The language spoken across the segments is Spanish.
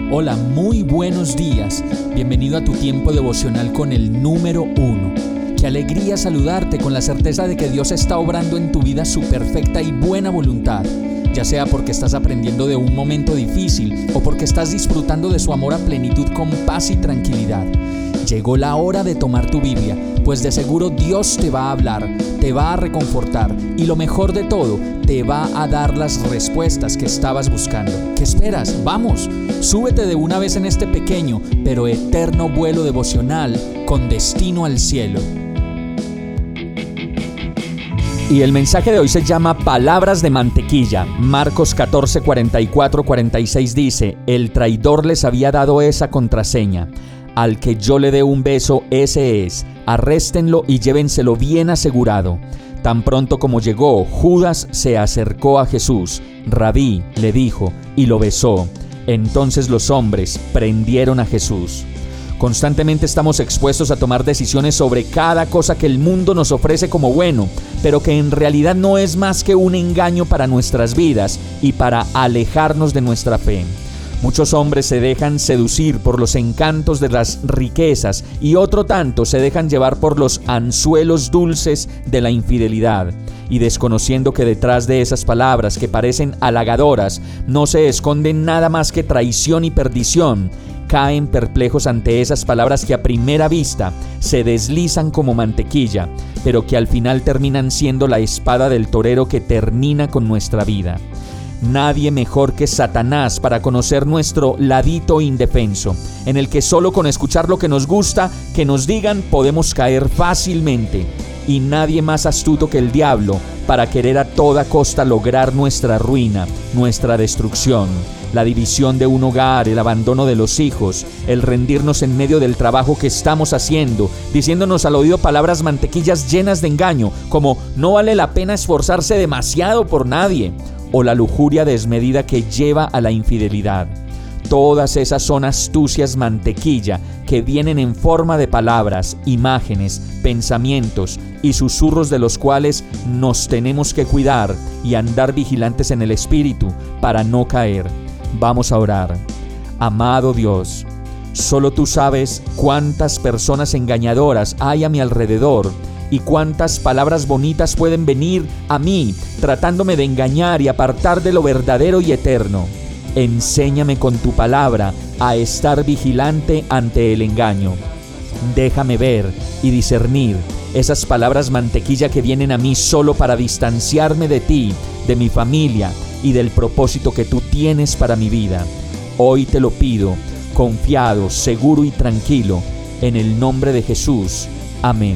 Hola, muy buenos días. Bienvenido a tu tiempo devocional con el número 1. Qué alegría saludarte con la certeza de que Dios está obrando en tu vida su perfecta y buena voluntad, ya sea porque estás aprendiendo de un momento difícil o porque estás disfrutando de su amor a plenitud con paz y tranquilidad. Llegó la hora de tomar tu Biblia, pues de seguro Dios te va a hablar, te va a reconfortar y lo mejor de todo, te va a dar las respuestas que estabas buscando. ¿Qué esperas? ¡Vamos! Súbete de una vez en este pequeño pero eterno vuelo devocional con destino al cielo. Y el mensaje de hoy se llama Palabras de mantequilla. Marcos 14, 44, 46 dice: El traidor les había dado esa contraseña. Al que yo le dé un beso, ese es. Arréstenlo y llévenselo bien asegurado. Tan pronto como llegó, Judas se acercó a Jesús. Rabí, le dijo, y lo besó. Entonces los hombres prendieron a Jesús. Constantemente estamos expuestos a tomar decisiones sobre cada cosa que el mundo nos ofrece como bueno, pero que en realidad no es más que un engaño para nuestras vidas y para alejarnos de nuestra fe. Muchos hombres se dejan seducir por los encantos de las riquezas y otro tanto se dejan llevar por los anzuelos dulces de la infidelidad. Y desconociendo que detrás de esas palabras que parecen halagadoras no se esconden nada más que traición y perdición, caen perplejos ante esas palabras que a primera vista se deslizan como mantequilla, pero que al final terminan siendo la espada del torero que termina con nuestra vida. Nadie mejor que Satanás para conocer nuestro ladito indefenso, en el que solo con escuchar lo que nos gusta, que nos digan, podemos caer fácilmente. Y nadie más astuto que el diablo para querer a toda costa lograr nuestra ruina, nuestra destrucción, la división de un hogar, el abandono de los hijos, el rendirnos en medio del trabajo que estamos haciendo, diciéndonos al oído palabras mantequillas llenas de engaño, como no vale la pena esforzarse demasiado por nadie, o la lujuria desmedida que lleva a la infidelidad. Todas esas son astucias mantequilla que vienen en forma de palabras, imágenes, pensamientos y susurros de los cuales nos tenemos que cuidar y andar vigilantes en el espíritu para no caer. Vamos a orar. Amado Dios, solo tú sabes cuántas personas engañadoras hay a mi alrededor y cuántas palabras bonitas pueden venir a mí tratándome de engañar y apartar de lo verdadero y eterno. Enséñame con tu palabra a estar vigilante ante el engaño. Déjame ver y discernir esas palabras mantequilla que vienen a mí solo para distanciarme de ti, de mi familia y del propósito que tú tienes para mi vida. Hoy te lo pido, confiado, seguro y tranquilo, en el nombre de Jesús. Amén.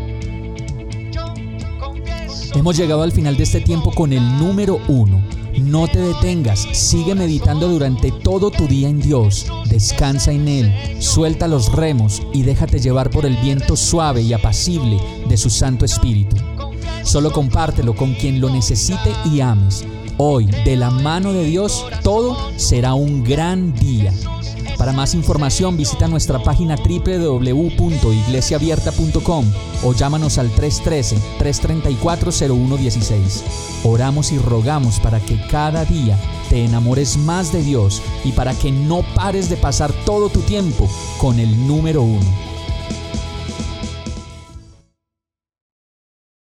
Hemos llegado al final de este tiempo con el número 1. No te detengas, sigue meditando durante todo tu día en Dios, descansa en Él, suelta los remos y déjate llevar por el viento suave y apacible de su Santo Espíritu. Solo compártelo con quien lo necesite y ames. Hoy, de la mano de Dios, todo será un gran día. Para más información visita nuestra página www.iglesiaabierta.com o llámanos al 313-334-0116. Oramos y rogamos para que cada día te enamores más de Dios y para que no pares de pasar todo tu tiempo con el número 1.